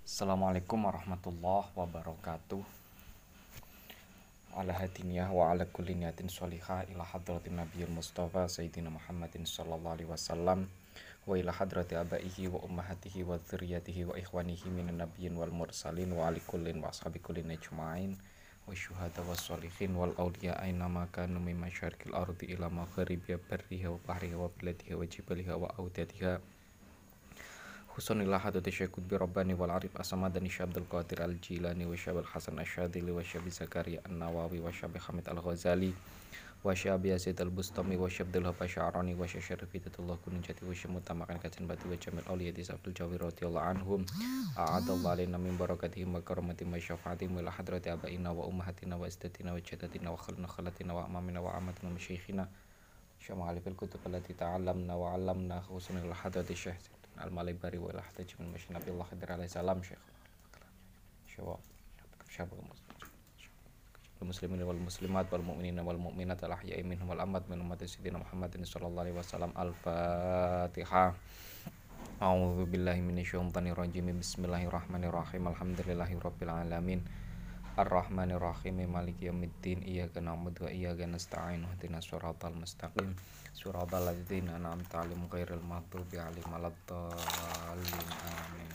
Assalamualaikum warahmatullahi wabarakatuh. Ala hadiniyah wa ala kulli niyatin sholihah ila hadratin nabiyil mustafa sayyidina Muhammadin sallallahu alaihi wasallam wa ila hadrati abaihi wa ummahatihi wa dzurriyyatihi wa ikhwanihi minan nabiyyin wal mursalin wa ali kullin wa ashabi kullin ajma'in wa syuhada was sholihin wal awliya aina ma kanu min masyarikil ardi ila magharibiha barriha wa bahriha wa biladiha wa jibaliha wa audatiha Husnul hadati Syekh Qutbi Rabbani wal Arif As-Samadani Syekh Abdul Qadir Al-Jilani wa Syekh Al-Hasan Asy-Syadzili wa Syekh Zakaria An-Nawawi wa Syekh Hamid Al-Ghazali wa Syekh Yazid Al-Bustami wa Syekh Abdul Wahhab Sya'rani wa Syekh Syarif Hidatullah Kunjati wa Syekh Mutamakan Kajen Bati wa Jamil Auliyati Abdul Jawir radhiyallahu anhum a'adallahu alaina min barakatihim wa karamati wa syafaatihim wa hadrati abaina wa ummahatina wa istatina wa jadatina wa khalina khalatina wa amamina wa amatina wa masyayikhina syama'ali fil kutub allati ta'allamna wa 'allamna husnul hadrati Syekh Al-Malibari wa ilahtajim al-masyina billah hadir alaihi salam Syekh muslimin wal muslimat wal mu'minina wal mu'minat al-ahya'i minhum wal amwat min ummati sayyidina Muhammadin sallallahu alaihi wasallam. Al-Fatihah. A'udzu billahi minasyaitonir rajim. Bismillahirrahmanirrahim. Alhamdulillahi rabbil alamin. Ar-Rahmanir Rahim. Maliki yaumiddin. Iyyaka na'budu wa iyyaka nasta'in. Ihdinas shiratal mustaqim. Shiratal ladzina an'amta 'alaihim ghairil maghdubi 'alaihim waladdallin. Amin.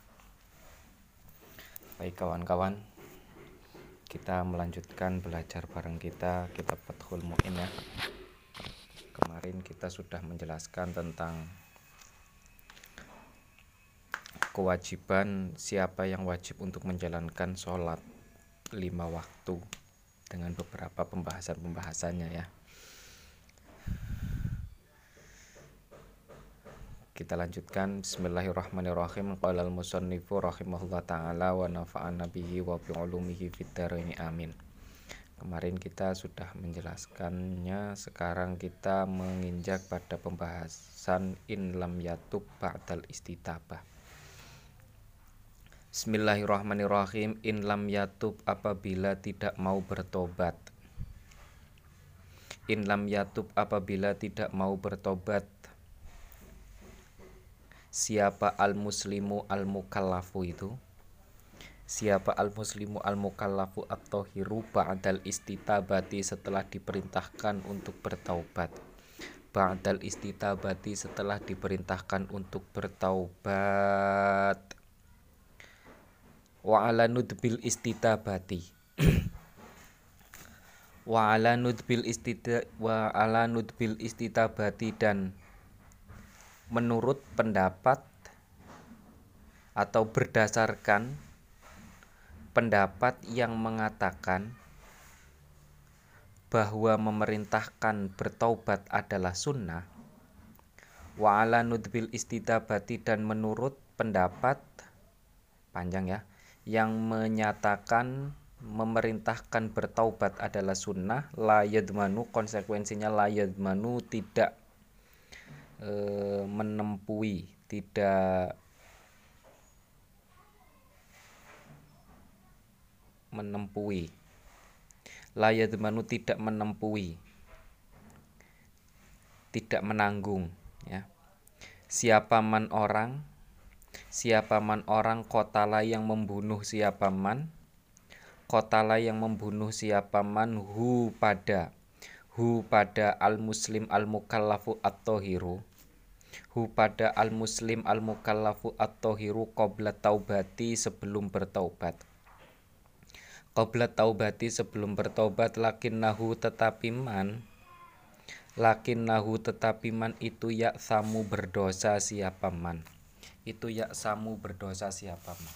Baik kawan-kawan, kita melanjutkan belajar bareng kita kitab Fathul Mu'in ya. Kemarin kita sudah menjelaskan tentang kewajiban siapa yang wajib untuk menjalankan sholat 5 waktu dengan beberapa pembahasannya ya. Kita lanjutkan. Bismillahirrahmanirrahim. Qala al-musannifu rahimahullah ta'ala wa nafa'ana bihi wa bi ulumihi fid dharain amin. Kemarin kita sudah menjelaskannya, sekarang kita menginjak pada pembahasan in lam yatub ba'dal istitabah. Bismillahirrahmanirrahim. In lam yatub, apabila tidak mau bertobat. In lam yatub, apabila tidak mau bertobat. Siapa al-muslimu al-mukallafu itu? Siapa al-muslimu al-mukallafu at-tahiru ba'dal istitabati, setelah diperintahkan untuk bertaubat. Ba'dal istitabati, setelah diperintahkan untuk bertaubat. Wa ala nudbil istitabati. Wa ala nudbil istitabati, dan menurut pendapat atau berdasarkan pendapat yang mengatakan bahwa memerintahkan bertaubat adalah sunnah. Wa ala nudbil istitabati, dan menurut pendapat panjang ya, yang menyatakan memerintahkan bertaubat adalah sunnah, la yadmanu, konsekuensinya la yadmanu, tidak menempuhi, tidak menempuhi, la yadmanu, tidak menempuhi, tidak menanggung ya. Siapa man orang qotala yang membunuh, siapa man qotala yang membunuh, siapa man hu pada al-muslim al-mukallafu at-tahiru, hu pada al-muslim al-mukallafu at-tahiru qabla taubati, sebelum bertaubat. Qabla taubati, sebelum bertaubat. Lakinnahu, tetapi man itu yaksamu, berdosa siapa man. Itu yaksamu, berdosa siapa man.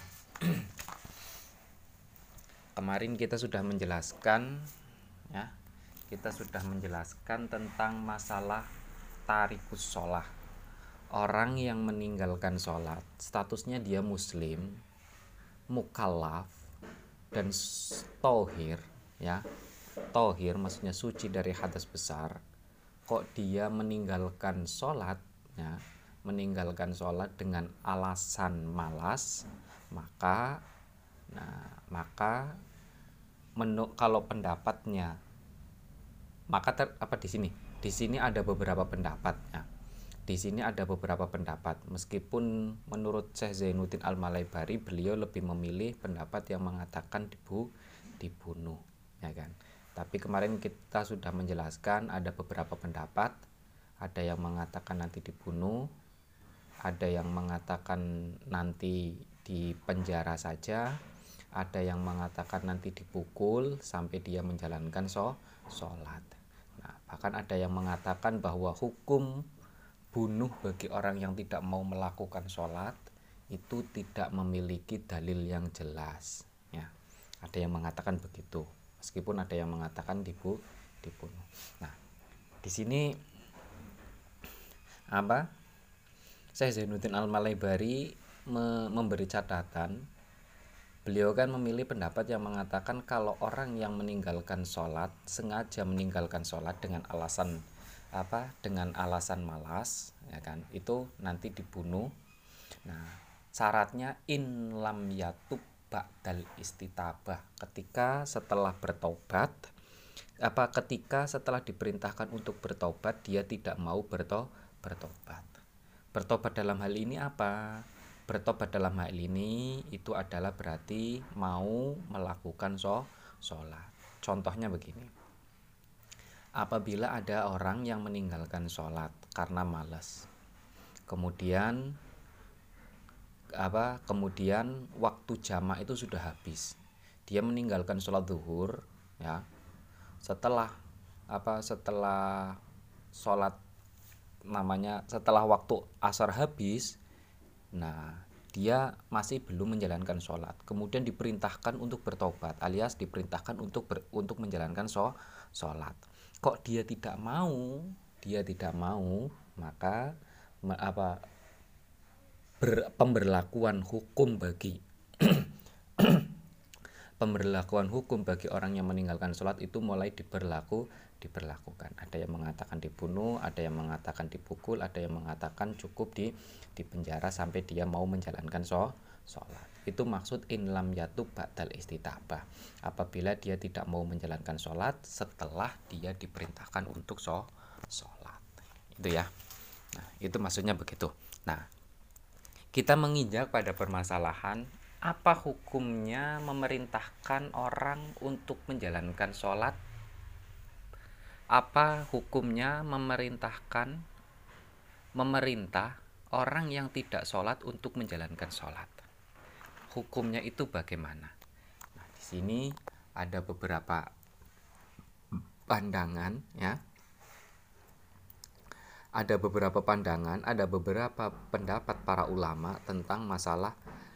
Kemarin kita sudah menjelaskan ya. Kita sudah menjelaskan tentang masalah tarikus sholah. Orang yang meninggalkan sholat, statusnya dia muslim, mukallaf, dan tohir ya. Tohir maksudnya suci dari hadas besar. Kok dia meninggalkan sholat ya, meninggalkan sholat dengan alasan malas, maka kalau pendapatnya, maka di sini ada beberapa pendapat ya. Di sini ada beberapa pendapat, meskipun menurut Syekh Zainuddin Al-Malaibari beliau lebih memilih pendapat yang mengatakan dibunuh, ya kan. Tapi kemarin kita sudah menjelaskan ada beberapa pendapat, ada yang mengatakan nanti dibunuh, ada yang mengatakan nanti di penjara saja, ada yang mengatakan nanti dipukul sampai dia menjalankan sholat. Nah, bahkan ada yang mengatakan bahwa hukum bunuh bagi orang yang tidak mau melakukan sholat itu tidak memiliki dalil yang jelas, ya. Ada yang mengatakan begitu, meskipun ada yang mengatakan dibunuh. Nah, di sini Syekh Zainuddin Al-Malaibari memberi catatan. Beliau kan memilih pendapat yang mengatakan kalau orang yang meninggalkan sholat, sengaja meninggalkan sholat dengan alasan malas, ya kan, itu nanti dibunuh. Nah, syaratnya in lam yatub ba'dal istitabah, ketika setelah diperintahkan untuk bertobat dia tidak mau bertobat. Bertobat dalam hal ini apa? Bertobat dalam hal ini itu adalah berarti mau melakukan sholat. Contohnya begini. Apabila ada orang yang meninggalkan sholat karena malas, kemudian waktu jamak itu sudah habis, dia meninggalkan sholat zuhur, ya, setelah waktu asar habis. Nah, dia masih belum menjalankan sholat, kemudian diperintahkan untuk bertobat, alias diperintahkan untuk menjalankan sholat. Kok dia tidak mau, maka pemberlakuan hukum bagi orang yang meninggalkan sholat itu mulai diberlakukan. Ada yang mengatakan dibunuh, ada yang mengatakan dipukul, ada yang mengatakan cukup di penjara sampai dia mau menjalankan sholat. Itu maksud in lam yatub ba'dal istitabah, apabila dia tidak mau menjalankan sholat setelah dia diperintahkan untuk sholat. Itu ya. Nah, itu maksudnya begitu. Nah, kita menginjak pada permasalahan apa hukumnya memerintahkan orang untuk menjalankan sholat. Apa hukumnya memerintah orang yang tidak sholat untuk menjalankan sholat? Hukumnya itu bagaimana? Nah, di sini ada beberapa pandangan, ya. Ada beberapa pendapat para ulama tentang masalah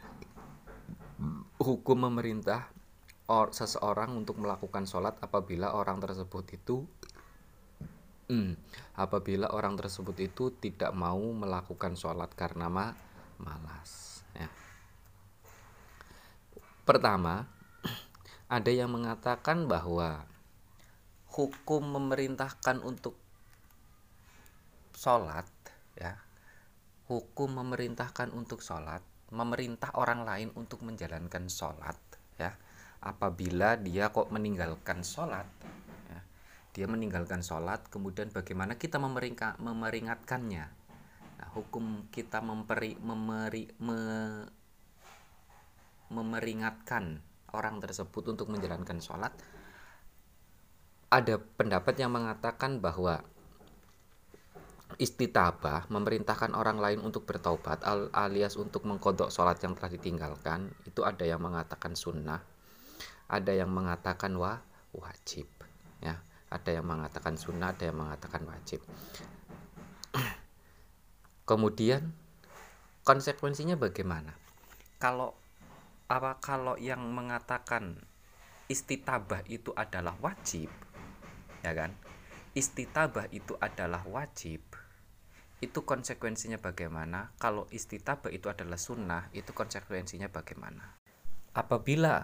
hukum memerintah seseorang untuk melakukan sholat apabila orang tersebut itu tidak mau melakukan sholat karena malas, ya. Pertama, ada yang mengatakan bahwa hukum memerintahkan untuk sholat, ya, memerintah orang lain untuk menjalankan sholat, ya, apabila dia kok meninggalkan sholat, ya, dia meninggalkan sholat, kemudian bagaimana kita memeringatkannya. Nah, hukum kita memeringatkan orang tersebut untuk menjalankan sholat. Ada pendapat yang mengatakan bahwa istitabah, memerintahkan orang lain untuk bertaubat alias untuk mengqadha sholat yang telah ditinggalkan, itu ada yang mengatakan sunnah, ada yang mengatakan wajib, ya. Ada yang mengatakan sunnah, ada yang mengatakan wajib. Kemudian konsekuensinya bagaimana? Kalau yang mengatakan istitabah itu adalah wajib, ya kan? Istitabah itu adalah wajib. Itu konsekuensinya bagaimana? Kalau istitabah itu adalah sunnah, itu konsekuensinya bagaimana? Apabila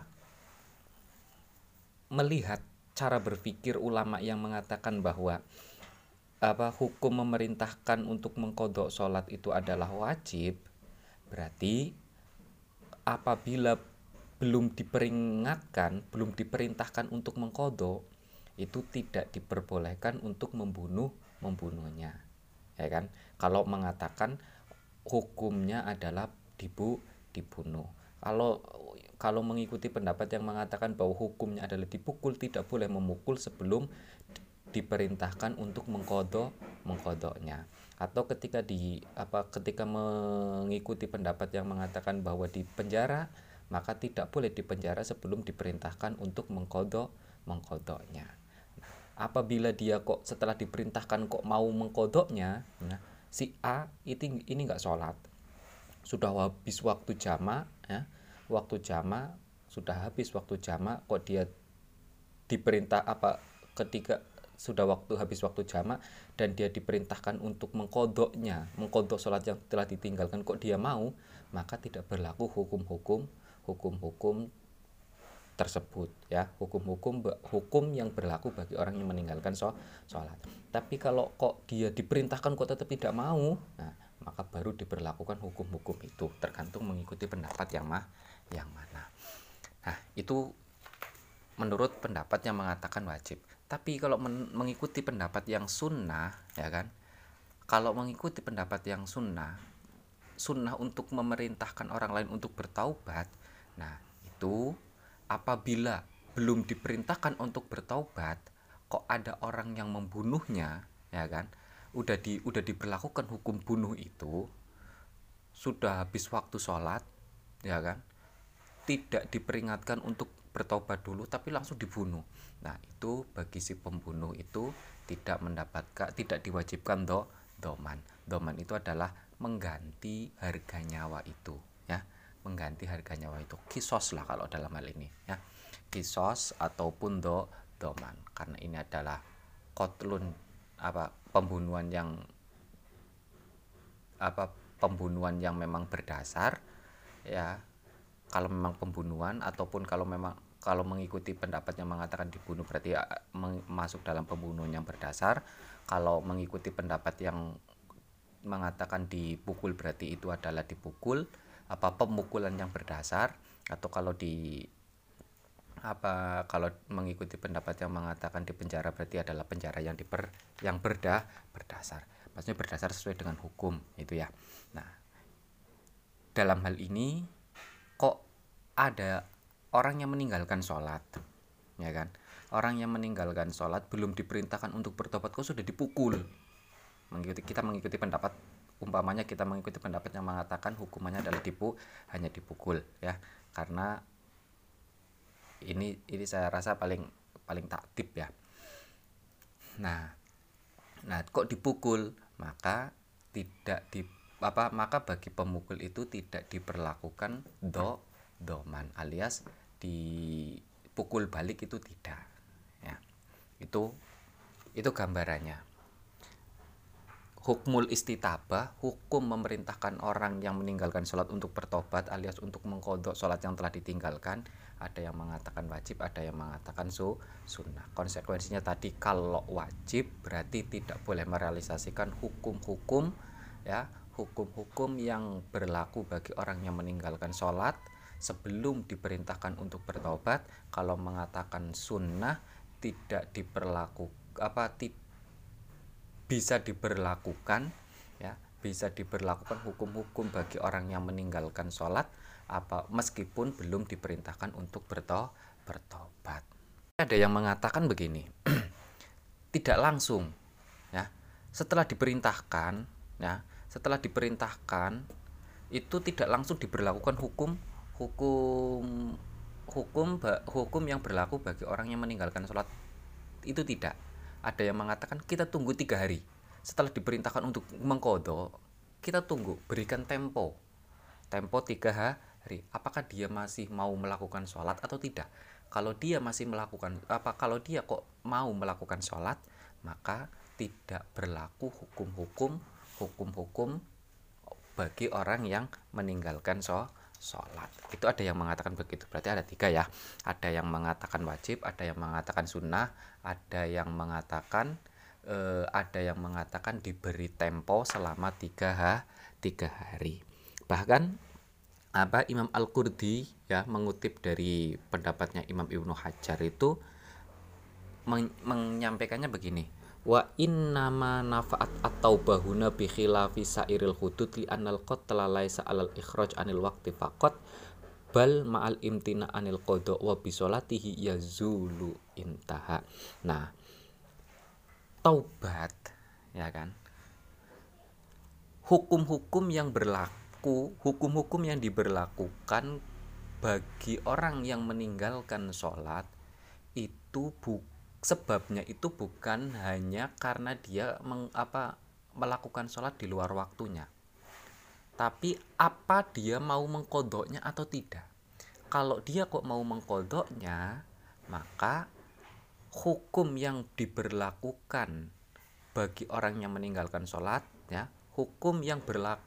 melihat cara berpikir ulama yang mengatakan bahwa hukum memerintahkan untuk mengqadha sholat itu adalah wajib, berarti apabila belum diperintahkan untuk mengqadha, itu tidak diperbolehkan untuk membunuhnya. ya kan? Kalau mengatakan hukumnya adalah dibunuh. Kalau mengikuti pendapat yang mengatakan bahwa hukumnya adalah dipukul, tidak boleh memukul sebelum diperintahkan untuk mengkodoknya. Atau ketika mengikuti pendapat yang mengatakan bahwa di penjara, maka tidak boleh dipenjara sebelum diperintahkan untuk mengkodoknya. Apabila dia kok setelah diperintahkan kok mau mengkodoknya, nah, si A ini nggak sholat, sudah habis waktu jamak, ya, sudah habis waktu jamak, kok dia diperintah ketika sudah habis waktu jamak dan dia diperintahkan untuk mengkodok sholat yang telah ditinggalkan, kok dia mau, maka tidak berlaku hukum tersebut, ya, hukum yang berlaku bagi orang yang meninggalkan sholat. Tapi kalau kok dia diperintahkan kok tetap tidak mau, nah, maka baru diberlakukan hukum-hukum itu, tergantung mengikuti pendapat yang mana. Nah, itu menurut pendapat yang mengatakan wajib. Tapi kalau mengikuti pendapat yang sunnah, ya kan, kalau mengikuti pendapat yang sunnah untuk memerintahkan orang lain untuk bertaubat, nah, itu apabila belum diperintahkan untuk bertaubat, kok ada orang yang membunuhnya, ya kan, udah diberlakukan hukum bunuh itu, sudah habis waktu sholat, ya kan, tidak diperingatkan untuk bertobat dulu tapi langsung dibunuh. Nah, itu bagi si pembunuh itu tidak diwajibkan doman. Doman itu adalah mengganti harga nyawa itu, ya, mengganti harga nyawa itu. Kisos lah kalau dalam hal ini, ya, kisos ataupun doman, karena ini adalah kotlun pembunuhan yang memang berdasar, ya. Kalau memang pembunuhan ataupun kalau mengikuti pendapat yang mengatakan dibunuh berarti masuk dalam pembunuhan yang berdasar. Kalau mengikuti pendapat yang mengatakan dipukul berarti itu adalah pemukulan yang berdasar. Atau kalau mengikuti pendapat yang mengatakan di penjara berarti adalah penjara yang berdasar. Maksudnya berdasar sesuai dengan hukum itu, ya. Nah, dalam hal ini kok ada orang yang meninggalkan sholat, ya kan, orang yang meninggalkan sholat belum diperintahkan untuk bertobat kok sudah dipukul. Kita mengikuti pendapat, umpamanya kita mengikuti pendapat yang mengatakan hukumannya adalah hanya dipukul, ya, karena ini saya rasa paling taktib, ya. Nah kok dipukul, maka maka bagi pemukul itu tidak diperlakukan doman alias dipukul balik, itu tidak, ya. Itu gambarannya. Hukmul istitabah, hukum memerintahkan orang yang meninggalkan sholat untuk bertobat alias untuk mengkodok sholat yang telah ditinggalkan. Ada yang mengatakan wajib, ada yang mengatakan sunnah. Konsekuensinya tadi, kalau wajib berarti tidak boleh merealisasikan hukum-hukum, ya, hukum-hukum yang berlaku bagi orang yang meninggalkan sholat sebelum diperintahkan untuk bertobat. Kalau mengatakan sunnah, tidak bisa diberlakukan, ya, bisa diberlakukan hukum-hukum bagi orang yang meninggalkan sholat meskipun belum diperintahkan untuk bertobat. Ada yang mengatakan begini, tidak langsung, ya, setelah diperintahkan itu tidak langsung diberlakukan hukum yang berlaku bagi orang yang meninggalkan sholat itu, tidak. Ada yang mengatakan kita tunggu 3 hari setelah diperintahkan untuk mengkodok, kita tunggu, berikan tempo 3 hari, apakah dia masih mau melakukan sholat atau tidak. Kalau dia kok mau melakukan sholat, maka tidak berlaku hukum-hukum bagi orang yang meninggalkan sholat. Itu ada yang mengatakan begitu. Berarti ada 3, ya. Ada yang mengatakan wajib, ada yang mengatakan sunnah, ada yang mengatakan diberi tempo selama 3 hari. Bahkan Imam Al-Qurdi, ya, mengutip dari pendapatnya Imam Ibnu Hajar itu menyampaikannya begini, Wa innama nafa'at at-taubahuna bi khilafi sairil hudud li annal qatla laisa alal ikhraj anil waqti faqat bal ma'al imtina anil qada wa bisolatihi yazulu intaha. Nah, taubat ya kan, hukum-hukum yang diberlakukan bagi orang yang meninggalkan sholat itu sebabnya itu bukan hanya karena dia melakukan sholat di luar waktunya, tapi apa dia mau mengkodoknya atau tidak. Kalau dia kok mau mengkodoknya, maka hukum yang diberlakukan bagi orang yang meninggalkan sholat ya, hukum yang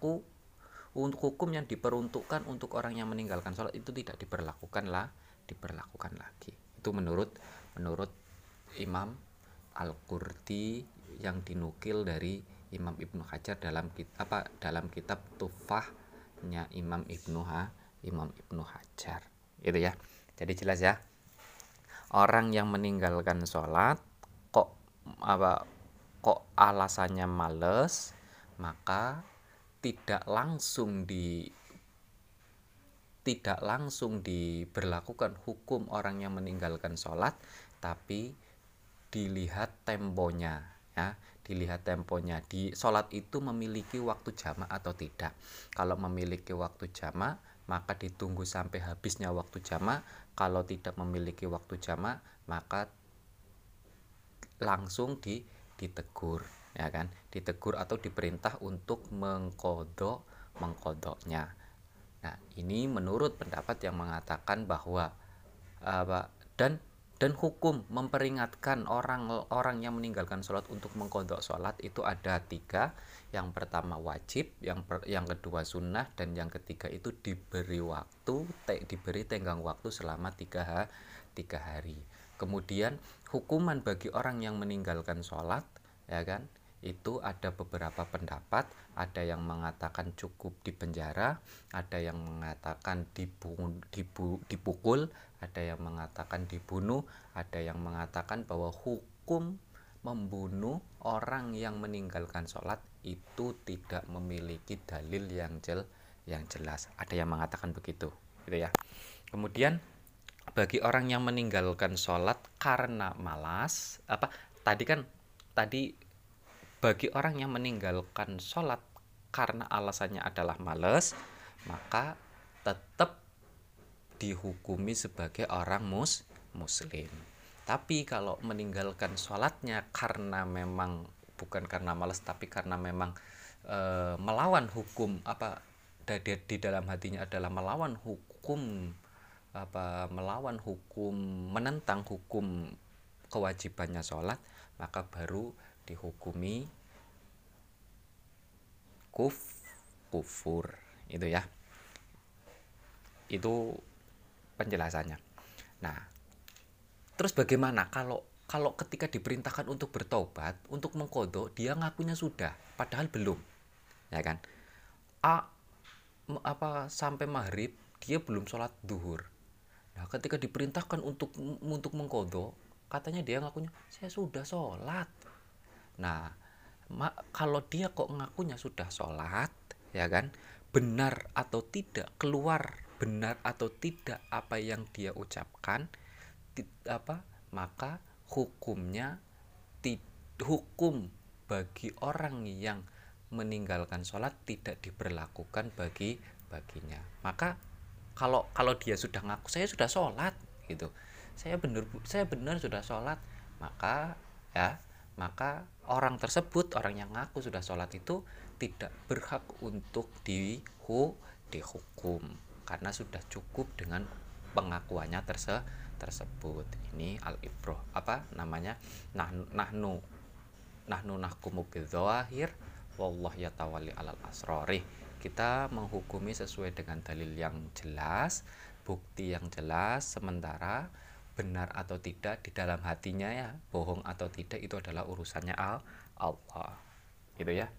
diperuntukkan untuk orang yang meninggalkan sholat itu tidak diberlakukan lagi. Itu menurut Imam Al-Qurdi yang dinukil dari Imam Ibnu Hajar dalam kitab Tufahnya Imam Ibnu Hajar. Itu ya. Jadi jelas ya. Orang yang meninggalkan sholat kok alasannya males, maka tidak langsung diberlakukan hukum orang yang meninggalkan sholat, tapi dilihat temponya ya, di sholat itu memiliki waktu jamak atau tidak. Kalau memiliki waktu jamak, maka ditunggu sampai habisnya waktu jamak. Kalau tidak memiliki waktu jamak, maka langsung ditegur ya kan, ditegur atau diperintah untuk mengkodoknya. Nah, ini menurut pendapat yang mengatakan bahwa dan hukum memperingatkan orang yang meninggalkan sholat untuk mengkodok sholat itu ada 3. Yang pertama wajib, yang kedua sunnah, dan yang ketiga itu diberi tenggang waktu selama 3 hari. Kemudian hukuman bagi orang yang meninggalkan sholat ya kan, itu ada beberapa pendapat. Ada yang mengatakan cukup dipenjara, ada yang mengatakan dipukul, ada yang mengatakan dibunuh, ada yang mengatakan bahwa hukum membunuh orang yang meninggalkan sholat itu tidak memiliki dalil yang jelas. Ada yang mengatakan begitu gitu ya. Kemudian bagi orang yang meninggalkan sholat karena malas, bagi orang yang meninggalkan sholat karena alasannya adalah malas, maka tetap dihukumi sebagai orang muslim. Tapi kalau meninggalkan sholatnya karena memang bukan karena malas, tapi karena memang melawan hukum di dalam hatinya adalah melawan hukum menentang hukum kewajibannya sholat, maka baru dihukumi kufur. Itu ya, itu penjelasannya. Nah, terus bagaimana kalau ketika diperintahkan untuk bertobat, untuk mengkodok, dia ngakunya sudah padahal belum ya kan, sampai maghrib dia belum sholat duhur. Nah, ketika diperintahkan untuk mengkodok, katanya dia ngakunya saya sudah sholat. Nah, kalau dia kok ngakunya sudah sholat ya kan, benar atau tidak apa yang dia ucapkan, maka hukum bagi orang yang meninggalkan sholat tidak diberlakukan baginya. Maka kalau dia sudah ngaku saya sudah sholat gitu, saya benar sudah sholat, maka orang tersebut, orang yang ngaku sudah sholat itu tidak berhak untuk dihukum karena sudah cukup dengan pengakuannya tersebut. Ini al-ibroh nahnu nahkumu bidzawahir wallah yatawalli alal asrori. Kita menghukumi sesuai dengan dalil yang jelas, bukti yang jelas, sementara benar atau tidak di dalam hatinya ya, bohong atau tidak itu adalah urusannya Allah. Gitu ya.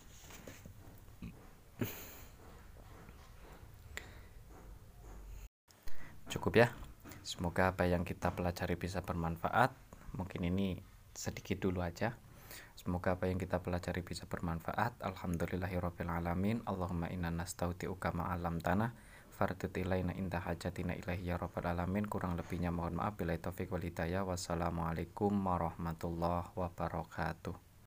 Cukup ya. Semoga apa yang kita pelajari bisa bermanfaat. Mungkin ini sedikit dulu aja. Semoga apa yang kita pelajari bisa bermanfaat. Alhamdulillahirabbil alamin. Allahumma inna nastauti'uka ma 'allamtana fardut ilaina inda hajatina ilaihi ya rabbal alamin. Kurang lebihnya mohon maaf. Billahi taufik wal hidayah. Wassalamualaikum warahmatullahi wabarakatuh.